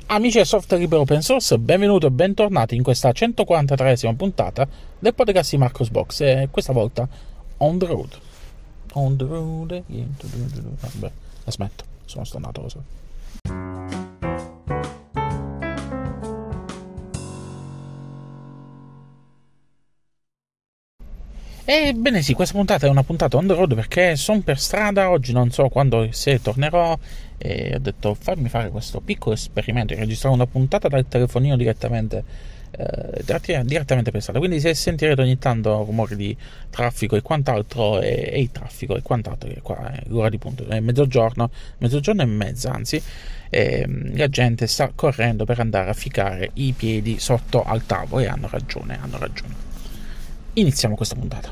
Amici del software libero open source, benvenuti e bentornati in questa 143esima puntata del podcast di Marcosbox, e questa volta on the road. On the road again. Vabbè, la smetto, sono stonato così. Ebbene sì, questa puntata è una puntata on the road perché sono per strada, oggi non so quando, se tornerò, e ho detto fammi fare questo piccolo esperimento di registrare una puntata dal telefonino direttamente per strada, quindi se sentirete ogni tanto rumori di traffico e quant'altro, e il traffico e quant'altro, che qua è l'ora di punto, è mezzogiorno e mezza anzi, la gente sta correndo per andare a ficcare i piedi sotto al tavolo e hanno ragione. Iniziamo questa puntata.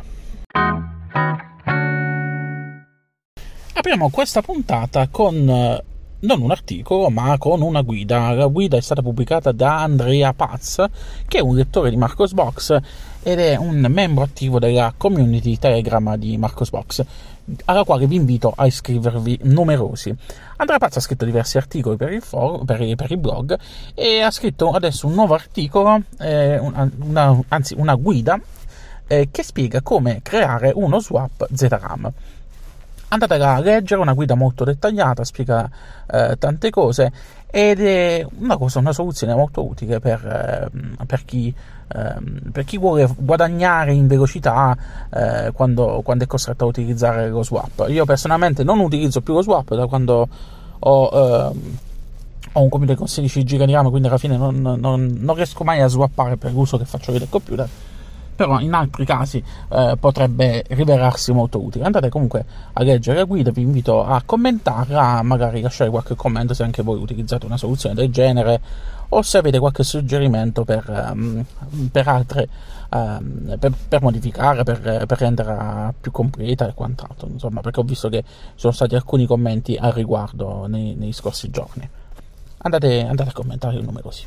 Apriamo questa puntata con non un articolo, ma con una guida. La guida è stata pubblicata da Andrea Paz, che è un lettore di Marcosbox ed è un membro attivo della community Telegram di Marcosbox, alla quale vi invito a iscrivervi numerosi. Andrea Paz ha scritto diversi articoli per il blog e ha scritto adesso un nuovo articolo, una guida che spiega come creare uno swap ZRAM. Andate a leggere, una guida molto dettagliata, spiega tante cose ed è una soluzione molto utile per chi vuole guadagnare in velocità quando è costretto a utilizzare lo swap. Io personalmente non utilizzo più lo swap da quando ho un computer con 16 GB di RAM, quindi alla fine non riesco mai a swappare per l'uso che faccio io del computer. Però in altri casi potrebbe rivelarsi molto utile. Andate comunque a leggere la guida, vi invito a commentarla, magari lasciare qualche commento se anche voi utilizzate una soluzione del genere o se avete qualche suggerimento per altre, per modificare, per renderla più completa e quant'altro, insomma, perché ho visto che sono stati alcuni commenti al riguardo nei scorsi giorni. Andate a commentare numerosi.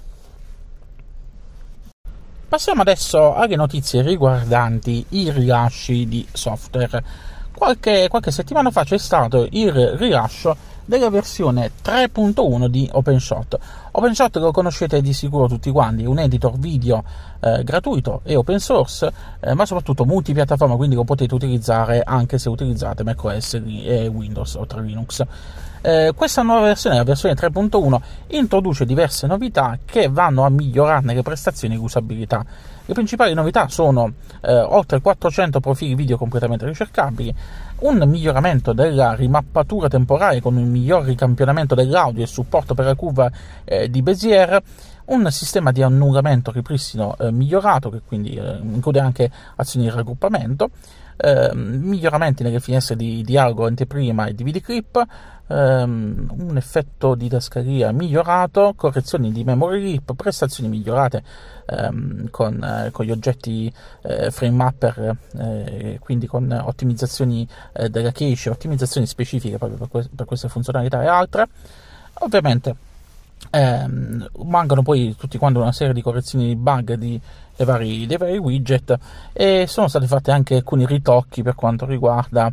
Passiamo adesso alle notizie riguardanti i rilasci di software. Qualche settimana fa c'è stato il rilascio della versione 3.1 di OpenShot. OpenShot lo conoscete di sicuro tutti quanti, è un editor video gratuito e open source, ma soprattutto multipiattaforma, quindi lo potete utilizzare anche se utilizzate macOS e Windows oltre a Linux. Questa nuova versione, la versione 3.1, introduce diverse novità che vanno a migliorarne le prestazioni e l'usabilità. Le principali novità sono oltre 400 profili video completamente ricercabili, un miglioramento della rimappatura temporale con un miglior ricampionamento dell'audio e supporto per la curva di Bézier, un sistema di annullamento ripristino migliorato, che quindi include anche azioni di raggruppamento, miglioramenti nelle finestre di dialogo, anteprima e DVD clip, un effetto di tascaria migliorato, correzioni di memory leak, prestazioni migliorate con gli oggetti frame mapper, quindi con ottimizzazioni della cache, ottimizzazioni specifiche proprio per queste funzionalità e altre. Ovviamente mancano poi tutti quanti una serie di correzioni di bug dei vari widget, e sono stati fatti anche alcuni ritocchi per quanto riguarda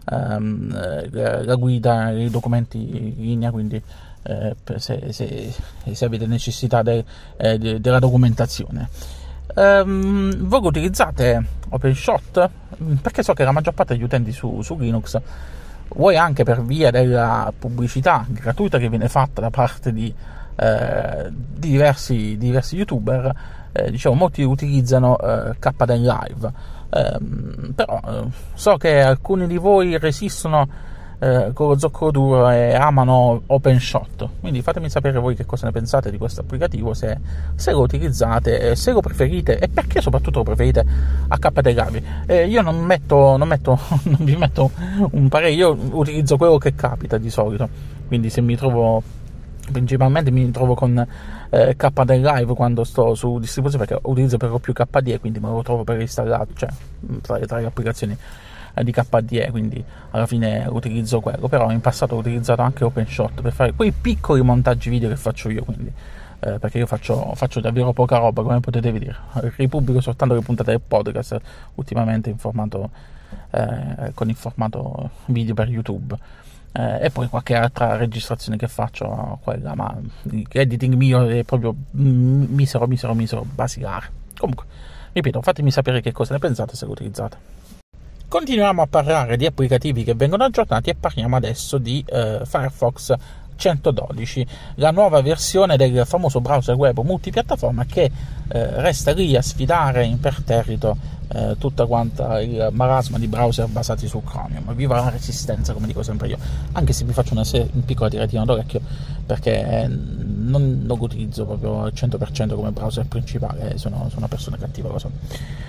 la guida e i documenti in linea, quindi se avete necessità della documentazione. Voi utilizzate OpenShot? Perché so che la maggior parte degli utenti su Linux, vuoi anche per via della pubblicità gratuita che viene fatta da parte di diversi youtuber, molti utilizzano KDE Live, però so che alcuni di voi resistono con lo zoccolo duro e amano OpenShot, quindi fatemi sapere voi che cosa ne pensate di questo applicativo, se lo utilizzate, se lo preferite e perché soprattutto lo preferite a KDE Live. Io non vi metto un parere, io utilizzo quello che capita di solito, quindi se principalmente mi trovo con KDE Live quando sto su distribuzione, perché utilizzo per lo più KDE, quindi me lo trovo per installato, cioè tra le applicazioni di KDE, quindi alla fine utilizzo quello. Però in passato ho utilizzato anche OpenShot per fare quei piccoli montaggi video che faccio io, quindi perché io faccio davvero poca roba, come potete vedere. Ripubblico soltanto le puntate del podcast ultimamente con il formato video per YouTube. e poi qualche altra registrazione che faccio, quella, ma l'editing mio è proprio misero, basilare. Comunque, ripeto, fatemi sapere che cosa ne pensate se lo utilizzate. Continuiamo a parlare di applicativi che vengono aggiornati e parliamo adesso di Firefox 112, la nuova versione del famoso browser web multipiattaforma che resta lì a sfidare imperterrito tutta quanta il marasma di browser basati su Chromium. Viva la resistenza, come dico sempre io, anche se vi faccio una piccola tiratina d'orecchio, perché non lo utilizzo proprio al 100% come browser principale, sono una persona cattiva, lo so.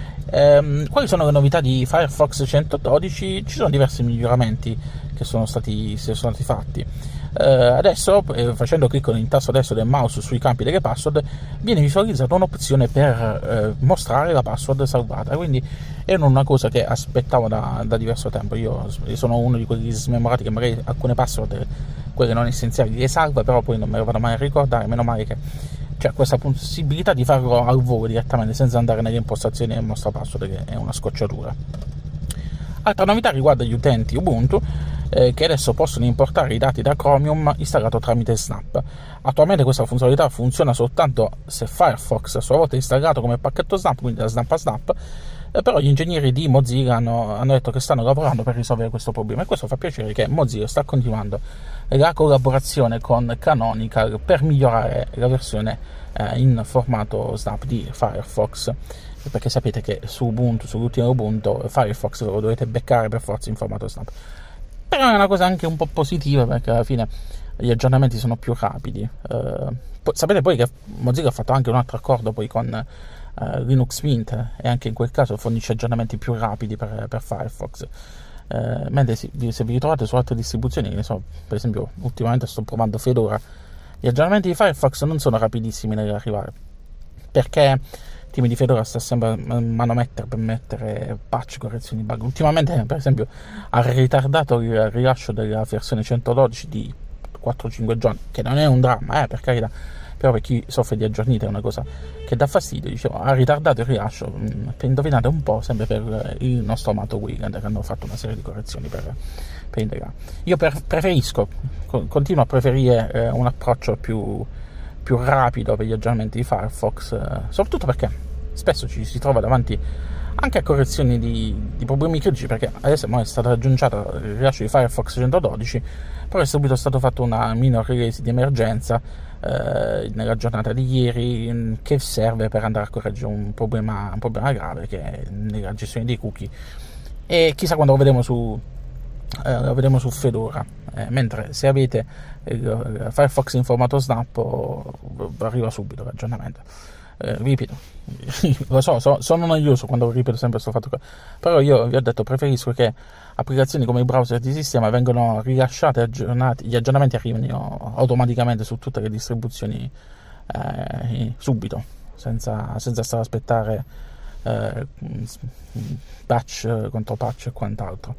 Quali sono le novità di Firefox 112? Ci sono diversi miglioramenti che sono stati fatti. Adesso, facendo clic con il tasto destro del mouse sui campi delle password, viene visualizzata un'opzione per mostrare la password salvata, quindi è una cosa che aspettavo da diverso tempo. Io sono uno di quelli smemorati che magari alcune password, quelle non essenziali, le salva, però poi non me le vado mai a ricordare. Meno male che c'è questa possibilità di farlo al volo direttamente senza andare nelle impostazioni del mostra password, che è una scocciatura. Altra novità riguarda gli utenti Ubuntu, che adesso possono importare i dati da Chromium installato tramite Snap. Attualmente questa funzionalità funziona soltanto se Firefox a sua volta è installato come pacchetto Snap, quindi da Snap a Snap, però gli ingegneri di Mozilla hanno detto che stanno lavorando per risolvere questo problema, e questo fa piacere che Mozilla sta continuando la collaborazione con Canonical per migliorare la versione in formato Snap di Firefox, perché sapete che su Ubuntu, sull'ultimo Ubuntu, Firefox lo dovete beccare per forza in formato Snap. Però è una cosa anche un po' positiva, perché alla fine gli aggiornamenti sono più rapidi. Sapete poi che Mozilla ha fatto anche un altro accordo poi con Linux Mint, e anche in quel caso fornisce aggiornamenti più rapidi per Firefox. Mentre se vi ritrovate su altre distribuzioni, per esempio ultimamente sto provando Fedora, gli aggiornamenti di Firefox non sono rapidissimi nell'arrivare, perché il team di Fedora sta sempre manomettere per mettere patch, correzioni, bug. Ultimamente, per esempio, ha ritardato il rilascio della versione 112 di 4-5 giorni, che non è un dramma, per carità, però per chi soffre di aggiornite è una cosa che dà fastidio. Dicevo, ha ritardato il rilascio, per indovinare un po', sempre per il nostro amato Weekend, che hanno fatto una serie di correzioni per integrare. Io continuo a preferire un approccio più rapido per gli aggiornamenti di Firefox, soprattutto perché spesso ci si trova davanti anche a correzioni di problemi critici, perché adesso è stato aggiunto il rilascio di Firefox 112, però è subito stato fatto una minor release di emergenza nella giornata di ieri, che serve per andare a correggere un problema grave, che è nella gestione dei cookie, e chissà quando lo vedremo su Fedora, mentre se avete il Firefox in formato Snap arriva subito l'aggiornamento. Ripeto, lo so, sono noioso quando ripeto sempre questo fatto qua, però io vi ho detto, preferisco che applicazioni come i browser di sistema vengano rilasciate, aggiornati, gli aggiornamenti arrivino automaticamente su tutte le distribuzioni subito, senza stare a aspettare patch contro patch e quant'altro.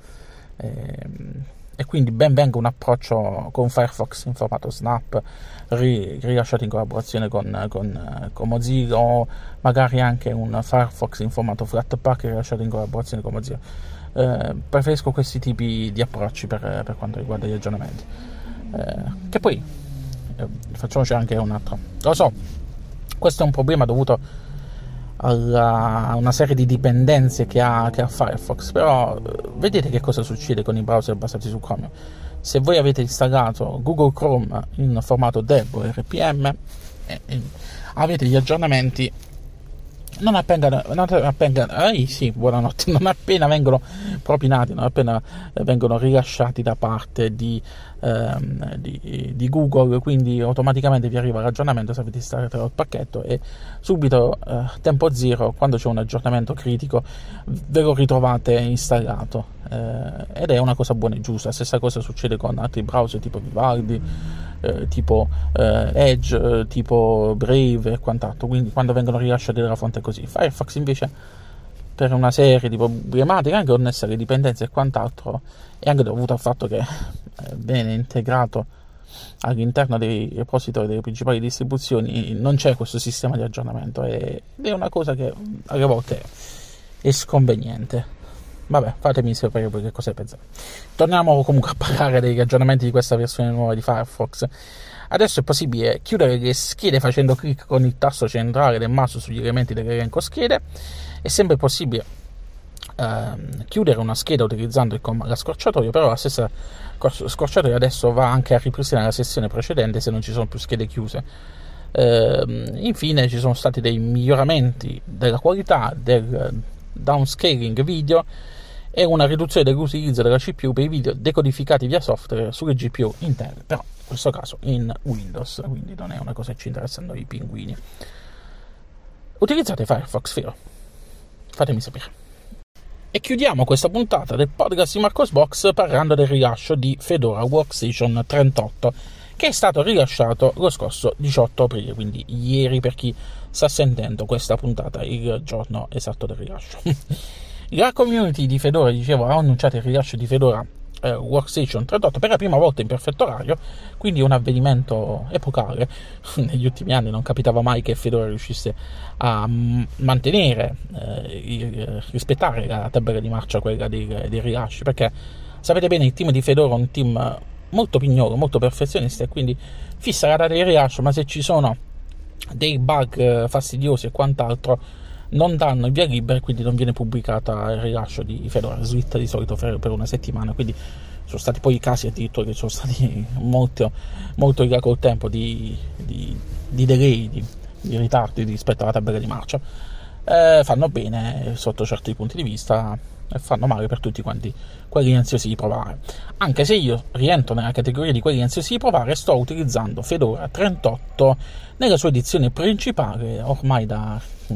E quindi ben venga un approccio con Firefox in formato Snap, rilasciato in collaborazione con Mozilla, o magari anche un Firefox in formato Flatpak rilasciato in collaborazione con Mozilla. Preferisco questi tipi di approcci per quanto riguarda gli aggiornamenti, che poi facciamoci anche un altro. Lo so, questo è un problema dovuto a una serie di dipendenze che ha Firefox, però vedete che cosa succede con i browser basati su Chromium. Se voi avete installato Google Chrome in formato Dev o RPM, avete gli aggiornamenti non appena vengono propinati, non appena vengono rilasciati da parte di Google, quindi automaticamente vi arriva l'aggiornamento se avete installato il pacchetto, e subito tempo zero, quando c'è un aggiornamento critico, ve lo ritrovate installato, ed è una cosa buona e giusta. La stessa cosa succede con altri browser tipo Vivaldi, tipo Edge, tipo Brave e quant'altro, quindi quando vengono rilasciati dalla fonte così. Firefox invece, per una serie di problematiche anche connesse alle dipendenze e quant'altro, e anche dovuto al fatto che viene integrato all'interno dei repository delle principali distribuzioni, non c'è questo sistema di aggiornamento, ed è una cosa che alle volte è sconveniente, Vabbè, fatemi sapere voi che cosa pensate. Torniamo comunque a parlare dei ragionamenti di questa versione nuova di Firefox. Adesso è possibile chiudere le schede facendo clic con il tasto centrale del mouse sugli elementi dell'elenco schede. È sempre possibile chiudere una scheda utilizzando la scorciatoia, però la stessa scorciatoia adesso va anche a ripristinare la sessione precedente se non ci sono più schede chiuse. Infine ci sono stati dei miglioramenti della qualità, del downscaling video e una riduzione dell'utilizzo della CPU per i video decodificati via software sulle GPU interne, però in questo caso in Windows, quindi non è una cosa che ci interessa a noi pinguini. Utilizzate Firefox, vero? Fatemi sapere. E chiudiamo questa puntata del podcast di Marcosbox parlando del rilascio di Fedora Workstation 38, che è stato rilasciato lo scorso 18 aprile, quindi ieri per chi sta sentendo questa puntata, il giorno esatto del rilascio. La community di Fedora, dicevo, ha annunciato il rilascio di Fedora Workstation 38 per la prima volta in perfetto orario, quindi un avvenimento epocale. Negli ultimi anni non capitava mai che Fedora riuscisse a mantenere, rispettare la tabella di marcia, quella dei rilasci, perché sapete bene il team di Fedora è un team molto pignolo, molto perfezionista, e quindi fissa la data di rilascio, ma se ci sono dei bug fastidiosi e quant'altro non danno il via libera, quindi non viene pubblicata il rilascio di Fedora, slitta di solito per una settimana, quindi sono stati poi i casi addirittura che sono stati molto in là col tempo di delay, di ritardi rispetto alla tabella di marcia. Fanno bene sotto certi punti di vista e fanno male per tutti quanti quelli ansiosi di provare, anche se io rientro nella categoria di quelli ansiosi di provare. Sto utilizzando Fedora 38 nella sua edizione principale ormai da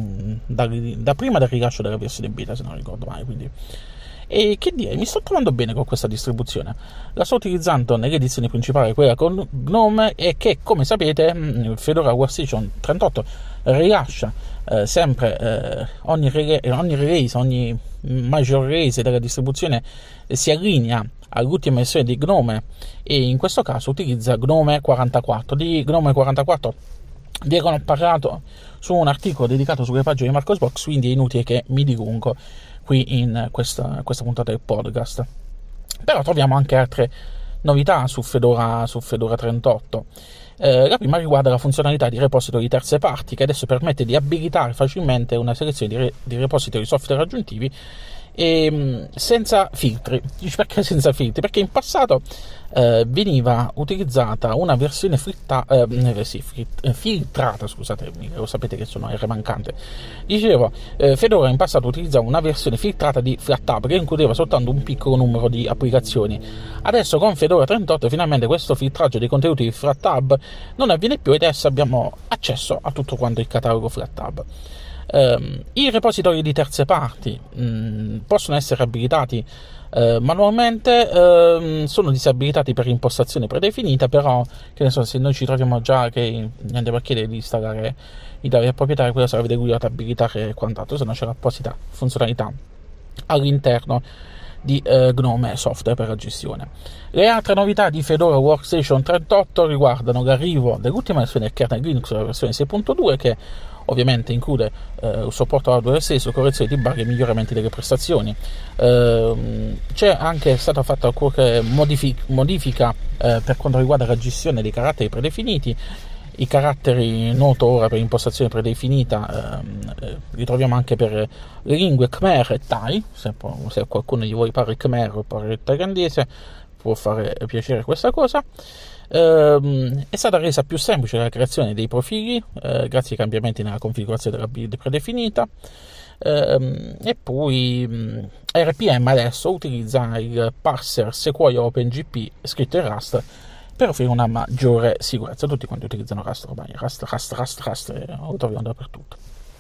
prima del rilascio della versione beta, se non ricordo mai, quindi. E che dire, mi sto trovando bene con questa distribuzione. La sto utilizzando nell'edizione principale, quella con GNOME, e che, come sapete, Fedora Workstation 38 rilascia sempre ogni release, ogni major release della distribuzione si allinea all'ultima versione di GNOME, e in questo caso utilizza GNOME 44. Di GNOME 44 vi ho parlato su un articolo dedicato sulle pagine di Marcosbox, quindi è inutile che mi dilungo qui in questa puntata del podcast. Però troviamo anche altre novità su Fedora 38. La prima riguarda la funzionalità di repository di terze parti, che adesso permette di abilitare facilmente una selezione di repository software aggiuntivi e senza filtri. Perché senza filtri? Perché in passato veniva utilizzata una versione filtrata, scusatemi, lo sapete che sono R mancante. Dicevo, Fedora in passato utilizzava una versione filtrata di FlatHub che includeva soltanto un piccolo numero di applicazioni. Adesso con Fedora 38 finalmente questo filtraggio dei contenuti di FlatHub non avviene più, ed adesso abbiamo accesso a tutto quanto il catalogo FlatHub. I repository di terze parti possono essere abilitati manualmente, sono disabilitati per impostazione predefinita, però che ne so, se noi ci troviamo già che andiamo a chiedere di installare i dati al proprietario, quello sarà lui ad abilitare e quant'altro, se no c'è l'apposita funzionalità all'interno di GNOME software per la gestione. Le altre novità di Fedora Workstation 38 riguardano l'arrivo dell'ultima versione del kernel Linux, la versione 6.2, che ovviamente include il supporto hardware stesso, correzioni di bug e miglioramenti delle prestazioni. C'è anche stata fatta qualche modifica per quanto riguarda la gestione dei caratteri predefiniti. I caratteri noto ora per impostazione predefinita li troviamo anche per le lingue Khmer e Thai. Se qualcuno di voi parla Khmer o parla thailandese, può fare piacere questa cosa. È stata resa più semplice la creazione dei profili grazie ai cambiamenti nella configurazione della build predefinita, e poi RPM adesso utilizza il parser Sequoia OpenGP scritto in Rust per offrire una maggiore sicurezza. Tutti quanti utilizzano Rust ormai, Rust lo troviamo dappertutto.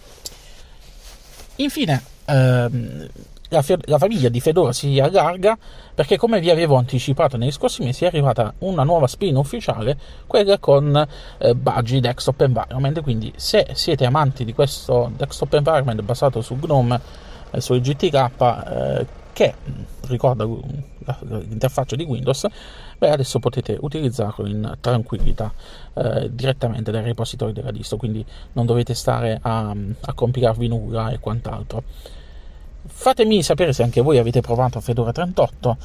Infine la famiglia di Fedora si allarga, perché, come vi avevo anticipato negli scorsi mesi, è arrivata una nuova spin ufficiale, quella con Budgie Desktop Environment. Quindi se siete amanti di questo desktop environment basato su GNOME, sul GTK, che ricorda l'interfaccia di Windows, adesso potete utilizzarlo in tranquillità direttamente dai repository della distro, quindi non dovete stare a compilarvi nulla e quant'altro. Fatemi sapere se anche voi avete provato Fedora 38.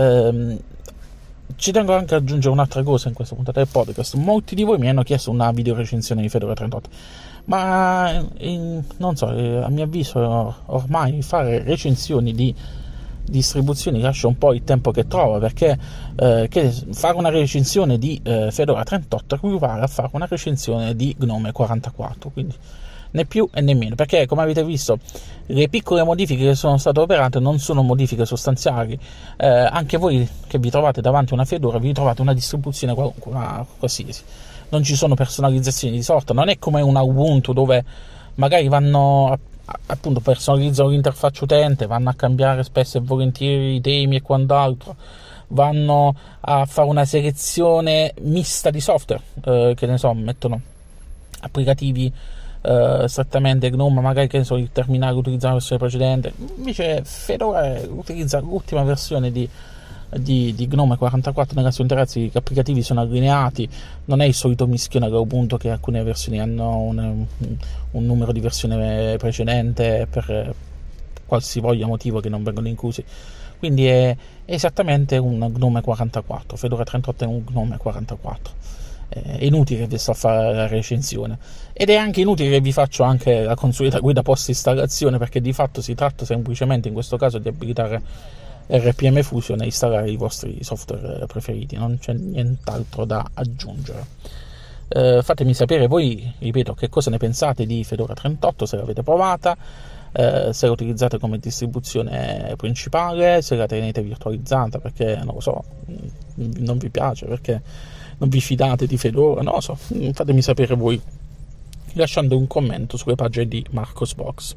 Ci tengo anche ad aggiungere un'altra cosa in questa puntata del podcast. Molti di voi mi hanno chiesto una video recensione di Fedora 38, ma non so, a mio avviso ormai fare recensioni di distribuzioni lascia un po' il tempo che trova, perché fare una recensione di Fedora 38 equivale a fare una recensione di GNOME 44, quindi né più e né meno, perché come avete visto le piccole modifiche che sono state operate non sono modifiche sostanziali. Anche voi che vi trovate davanti a una Fedora vi trovate una distribuzione qualsiasi, non ci sono personalizzazioni di sorta, non è come una Ubuntu dove magari vanno appunto personalizzano l'interfaccia utente, vanno a cambiare spesso e volentieri i temi e quant'altro, vanno a fare una selezione mista di software, che ne so, mettono applicativi strettamente GNOME, magari che ne so, il terminale utilizza la versione precedente. Invece Fedora utilizza l'ultima versione di GNOME 44 nella sua interezza, gli applicativi sono allineati, non è il solito mischione da Ubuntu che alcune versioni hanno un numero di versione precedente per qualsivoglia motivo che non vengono inclusi. Quindi è esattamente un GNOME 44. Fedora 38 è un GNOME 44. È inutile che vi sto a fare la recensione, ed è anche inutile che vi faccio anche la consueta guida post installazione, perché di fatto si tratta semplicemente in questo caso di abilitare RPM Fusion e installare i vostri software preferiti, non c'è nient'altro da aggiungere. Fatemi sapere voi, ripeto, che cosa ne pensate di Fedora 38, se l'avete provata, se la utilizzate come distribuzione principale, se la tenete virtualizzata perché non lo so, non vi piace, perché non vi fidate di Fedora, non lo so, fatemi sapere voi lasciando un commento sulle pagine di Marcosbox.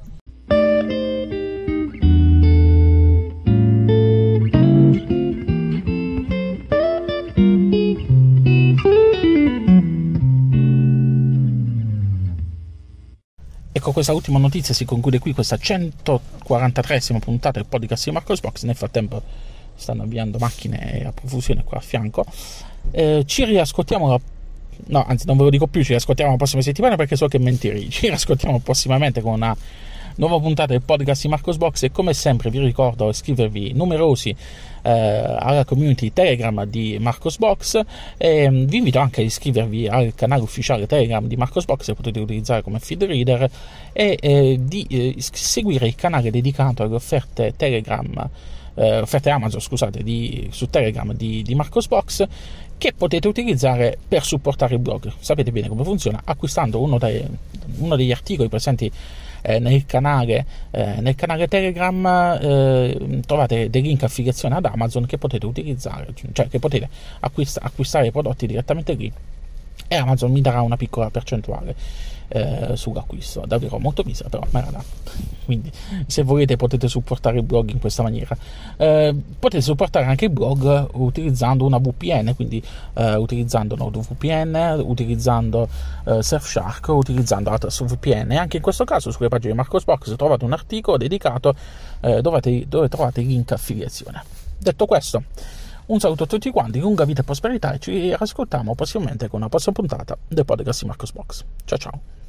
Ecco, questa ultima notizia si conclude qui questa 143esima puntata del podcast di Marcosbox. Nel frattempo stanno avviando macchine a profusione qua a fianco. Ci riascoltiamo no, anzi non ve lo dico più, ci riascoltiamo la prossima settimana perché so che mentirei. Ci riascoltiamo prossimamente con una nuova puntata del podcast di Marcosbox, e come sempre vi ricordo di iscrivervi numerosi alla community Telegram di Marcosbox, e vi invito anche a iscrivervi al canale ufficiale Telegram di Marcosbox, che potete utilizzare come feed reader, e di seguire il canale dedicato alle offerte Telegram, offerte Amazon, scusate, su Telegram di Marcosbox, che potete utilizzare per supportare il blog. Sapete bene come funziona: acquistando uno degli articoli presenti nel canale Telegram, trovate dei link affiliazione ad Amazon che potete utilizzare, cioè che potete acquistare i prodotti direttamente lì, e Amazon mi darà una piccola percentuale sull'acquisto, davvero molto misera, però me la dà. Quindi se volete potete supportare il blog in questa maniera. Potete supportare anche il blog utilizzando una VPN, quindi utilizzando NordVPN, utilizzando Surfshark, utilizzando Atlas VPN, e anche in questo caso sulle pagine di Marcosbox trovate un articolo dedicato dove trovate il link affiliazione. Detto questo, un saluto a tutti quanti, lunga vita e prosperità, e ci ascoltiamo prossimamente con una prossima puntata del podcast di Marcosbox. Ciao ciao!